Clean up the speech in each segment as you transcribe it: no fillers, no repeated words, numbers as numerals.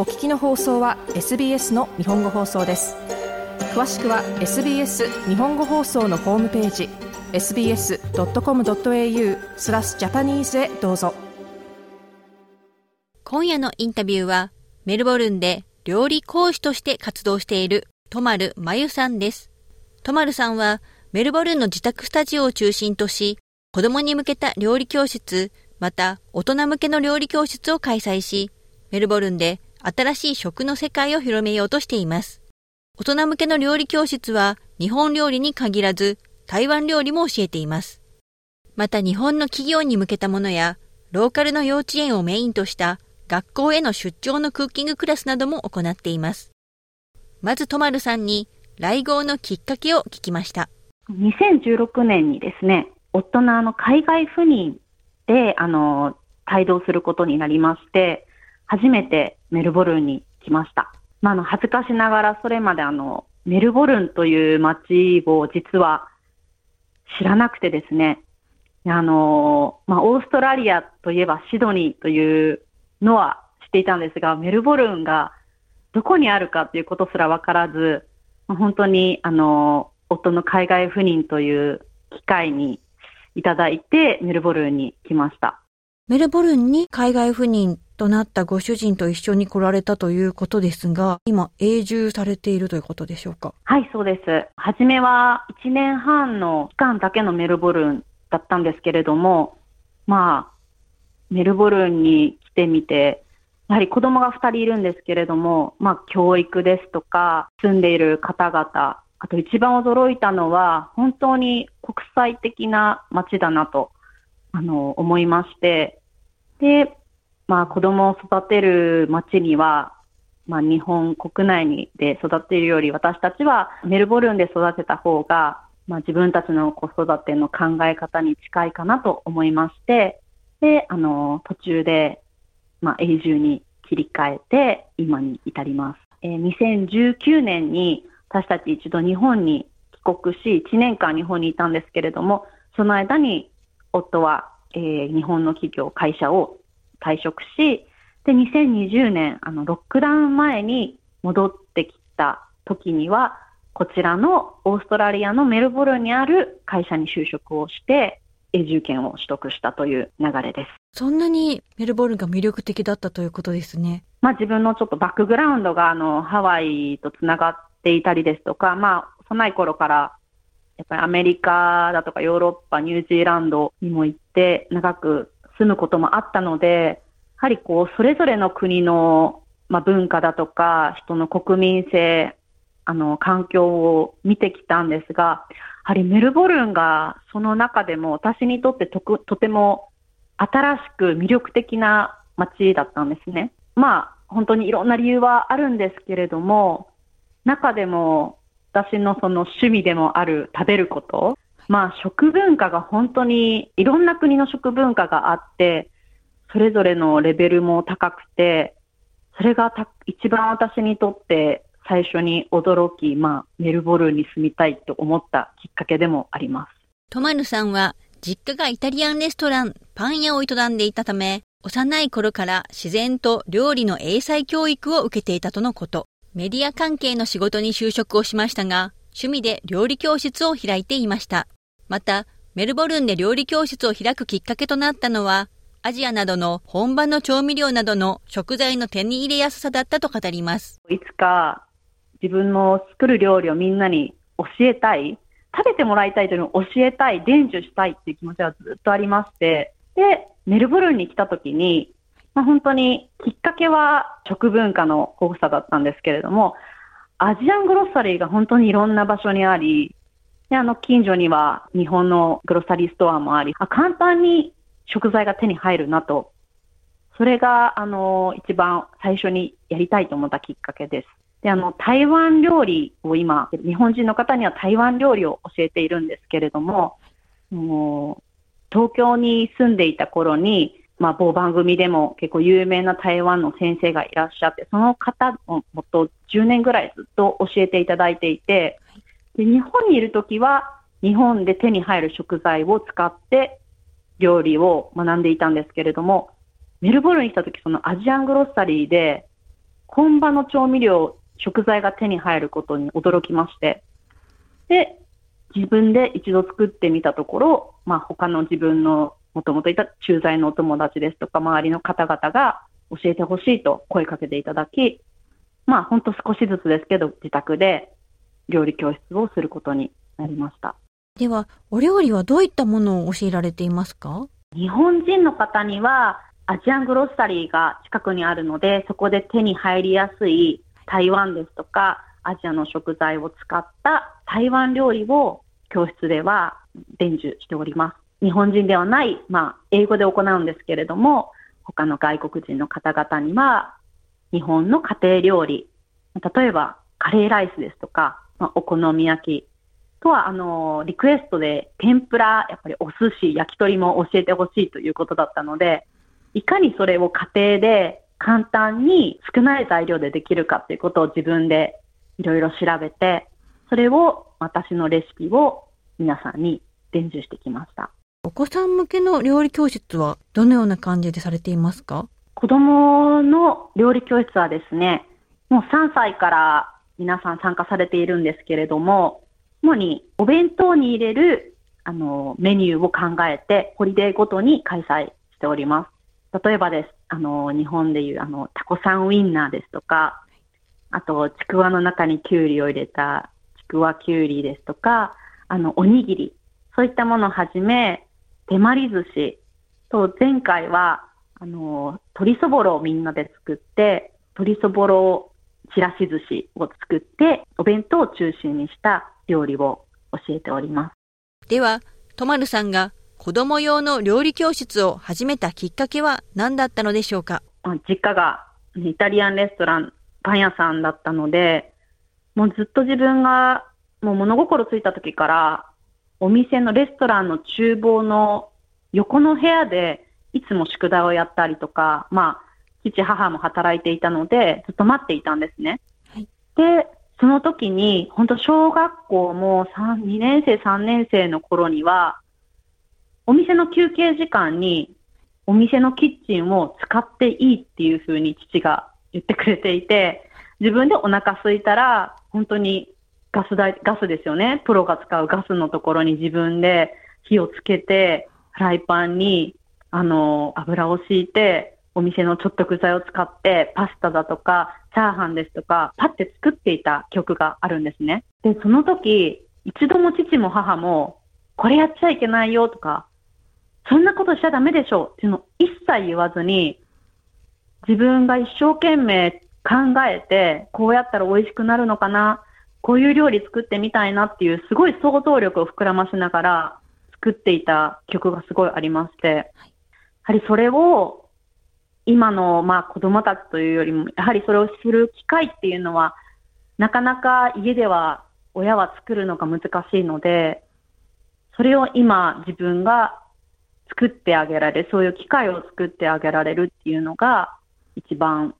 お聞きの放送は SBS の日本語放送です。詳しくは SBS 日本語放送のホームページ sbs.com.au/japanese へどうぞ。 今夜のインタビューはメルボルンで料理講師として活動しているトマルマユさんです。トマルさんはメルボルンの自宅スタジオを中心とし、子供に向けた料理教室、また大人向けの料理教室を開催し、メルボルンで新しい食の世界を広めようとしています。大人向けの料理教室は日本料理に限らず台湾料理も教えています。また日本の企業に向けたものやローカルの幼稚園をメインとした学校への出張のクッキングクラスなども行っています。まずトマルさんに来郷のきっかけを聞きました。 2016年にですね、夫の海外赴任で帯同することになりまして、初めてメルボルンに来ました。恥ずかしながらそれまでメルボルンという街を実は知らなくてですね、オーストラリアといえばシドニーというのは知っていたんですが、メルボルンがどこにあるかということすらわからず、本当に夫の海外赴任という機会にいただいてメルボルンに来ました。 メルボルンに海外赴任となったご主人と一緒に来られたということですが、今永住されているということでしょうか？ はい、そうです。初めは1年半の期間だけのメルボルンだったんですけれども、メルボルンに来てみて、やはり子供が2人いるんですけれども、教育ですとか住んでいる方々、あと一番驚いたのは本当に国際的な街だなと思いまして、で、子供を育てる街には、日本国内で育てるより私たちはメルボルンで育てた方が、自分たちの子育ての考え方に近いかなと思いまして、で、途中で、永住に切り替えて今に至ります。2019年に私たち一度日本に帰国し、1年間日本にいたんですけれども、その間に夫は、日本の企業、会社を退職し、で、2020年、ロックダウン前に戻ってきた時には、こちらのオーストラリアのメルボルンにある会社に就職をして、永住権を取得したという流れです。 そんなにメルボルンが魅力的だったということですね。 自分のちょっとバックグラウンドがハワイとつながっていたりですとか、幼い頃からやっぱりアメリカだとかヨーロッパ、ニュージーランドにも行って長く住むこともあったので、やはりそれぞれの国の、文化だとか人の国民性、環境を見てきたんですが、やはりメルボルンがその中でも私にとってとても新しく魅力的な街だったんですね。本当にいろんな理由はあるんですけれども、中でも私のその趣味でもある食べること、食文化が本当にいろんな国の食文化があって、それぞれのレベルも高くて、それが一番私にとって最初に驚き、メルボルンに住みたいと思ったきっかけでもあります。 トマルさんは実家がイタリアンレストラン、パン屋を営んでいたため、幼い頃から自然と料理の英才教育を受けていたとのこと。メディア関係の仕事に就職をしましたが、趣味で料理教室を開いていました。また、メルボルンで料理教室を開くきっかけとなったのは、アジアなどの本場の調味料などの食材の手に入れやすさだったと語ります。 いつか自分の作る料理をみんなに教えたい、食べてもらいたいというのを教えたい、伝授したいっていう気持ちはずっとありまして、で、メルボルンに来た時に、本当にきっかけは食文化の豊富さだったんですけれども、アジアングロッサリーが本当にいろんな場所にあり、で近所には日本のグロッサリーストアもあり、簡単に食材が手に入るなと。それが一番最初にやりたいと思ったきっかけです。で台湾料理を今、日本人の方には台湾料理を教えているんですけれども、東京に住んでいた頃に、某番組でも結構有名な台湾の先生がいらっしゃって、その方のもと10年ぐらいずっと教えていただいていて、で日本にいるときは日本で手に入る食材を使って料理を学んでいたんですけれども、メルボルンに来たとき、そのアジアングロッサリーで本場の調味料、食材が手に入ることに驚きまして、で、自分で一度作ってみたところ、他の自分のもともといた駐在のお友達ですとか、周りの方々が教えてほしいと声かけていただき、ほんと少しずつですけど、自宅で料理教室をすることになりました。 では、お料理はどういったものを教えられていますか？ 日本人の方には、アジアングロッサリーが近くにあるので、そこで手に入りやすい台湾ですとか、アジアの食材を使った台湾料理を教室では伝授しております。日本人ではない、英語で行うんですけれども、他の外国人の方々には、日本の家庭料理、例えばカレーライスですとか、お好み焼き、とはリクエストで天ぷら、やっぱりお寿司、焼き鳥も教えてほしいということだったので、いかにそれを家庭で簡単に少ない材料でできるかということを自分でいろいろ調べて、それを私のレシピを皆さんに伝授してきました。 お子さん向けの料理教室はどのような感じでされていますか？ 子供の料理教室はですね、もう3歳から皆さん参加されているんですけれども、主にお弁当に入れるメニューを考えてホリデーごとに開催しております。例えばです。日本でいうタコさんウインナーですとか、あとちくわの中にきゅうりを入れたちくわきゅうりですとか、おにぎり、そういったものをはじめ、手まり寿司と、前回は鶏そぼろをみんなで作って、鶏そぼろちらし寿司を作って、お弁当を中心にした料理を教えております。 では、とまるさんが子供用の料理教室を始めたきっかけは何だったのでしょうか？ 実家がイタリアンレストラン、パン屋さんだったので、もうずっと自分がもう物心ついた時から、お店のレストランの厨房の横の部屋でいつも宿題をやったりとか、父母も働いていたので、ずっと待っていたんですね。 はい、 で、その時に、本当小学校も2年生、3年生の頃には、お店の休憩時間に、お店のキッチンを使っていいっていう風に父が言ってくれていて、自分でお腹空いたら、本当にガスですよね。プロが使うガスのところに自分で火をつけて、フライパンに、油を敷いて、お店のちょっと具材を使って、パスタだとか、チャーハンですとか、パッて作っていた記憶があるんですね。で、その時、一度も父も母も、これやっちゃいけないよとか、そんなことしちゃダメでしょっていうのを一切言わずに、自分が一生懸命考えて、こうやったら美味しくなるのかな、こういう料理作ってみたいなっていう、すごい想像力を膨らましながら作っていた記憶がすごいありまして、やはりそれを、今の子供たちというよりも、やはりそれをする機会っていうのは、なかなか家では親は作るのが難しいので、それを今自分が作ってあげられる、そういう機会を作ってあげられるっていうのが、一番、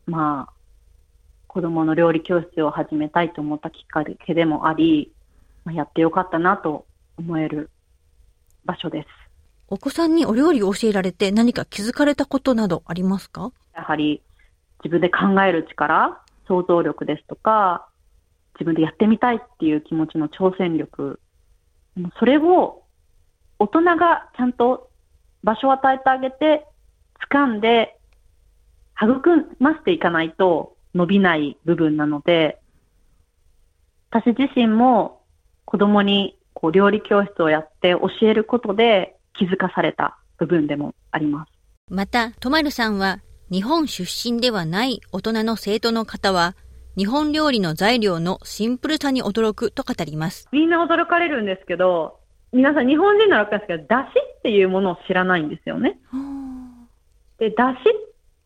子供の料理教室を始めたいと思ったきっかけでもあり、やってよかったなと思える場所です。 お子さんにお料理を教えられて何か気づかれたことなどありますか？ やはり自分で考える力、想像力ですとか、自分でやってみたいっていう気持ちの挑戦力、それを大人がちゃんと場所を与えてあげて、掴んで育ませていかないと伸びない部分なので、私自身も子供に料理教室をやって教えることで気づかされた部分でもあります。 また、とまるさんは日本出身ではない大人の生徒の方は、日本料理の材料のシンプルさに驚くと語ります。 みんな驚かれるんですけど、皆さん日本人ならわかるんですけど、だしっていうものを知らないんですよね。で、だしって、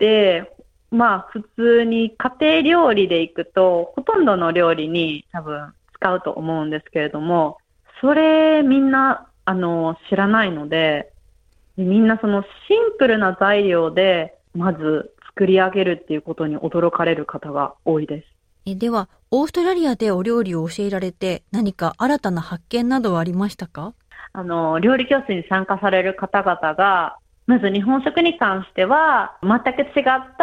普通に家庭料理でいくと、ほとんどの料理に多分使うと思うんですけれども、それみんな、知らないので、みんなそのシンプルな材料で、まず作り上げるっていうことに驚かれる方が多いです。 では、オーストラリアでお料理を教えられて、何か新たな発見などはありましたか？ 料理教室に参加される方々が、まず日本食に関しては、全く違った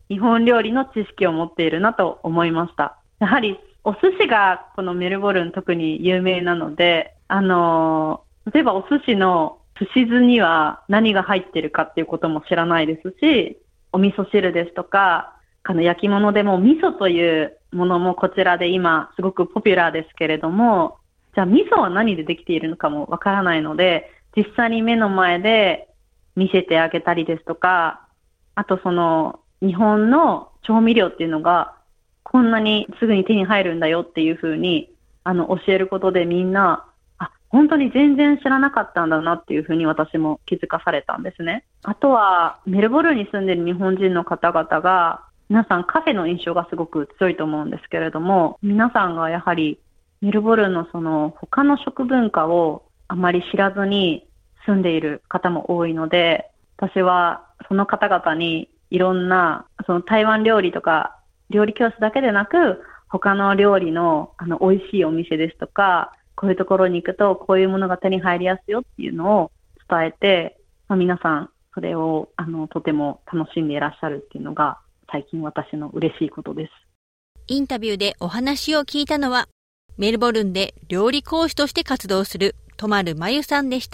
日本料理の知識を持っているなと思いました。やはりお寿司がこのメルボルン特に有名なので、例えばお寿司の寿司酢には何が入ってるかっていうことも知らないですし、お味噌汁ですとか、焼き物でも味噌というものもこちらで今すごくポピュラーですけれども、じゃあ味噌は何でできているのかもわからないので、実際に目の前で見せてあげたりですとか、あとその日本の調味料っていうのがこんなにすぐに手に入るんだよっていうふうに教えることでみんな、本当に全然知らなかったんだなっていうふうに私も気づかされたんですね。あとはメルボルンに住んでいる日本人の方々が皆さんカフェの印象がすごく強いと思うんですけれども、皆さんがやはりメルボルンのその他の食文化をあまり知らずに住んでいる方も多いので、私はその方々にいろんなその台湾料理とか料理教室だけでなく、他の料理の美味しいお店ですとか、こういうところに行くとこういうものが手に入りやすいよっていうのを伝えて、皆さんそれをとても楽しんでいらっしゃるっていうのが最近私の嬉しいことです。 インタビューでお話を聞いたのは、メルボルンで料理講師として活動するとまるまゆさんでした。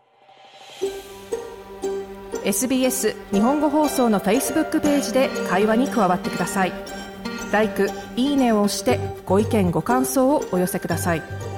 SBS 日本語放送の Facebook ページで会話に加わってください。LIKE、いいねを押してご意見ご感想をお寄せください。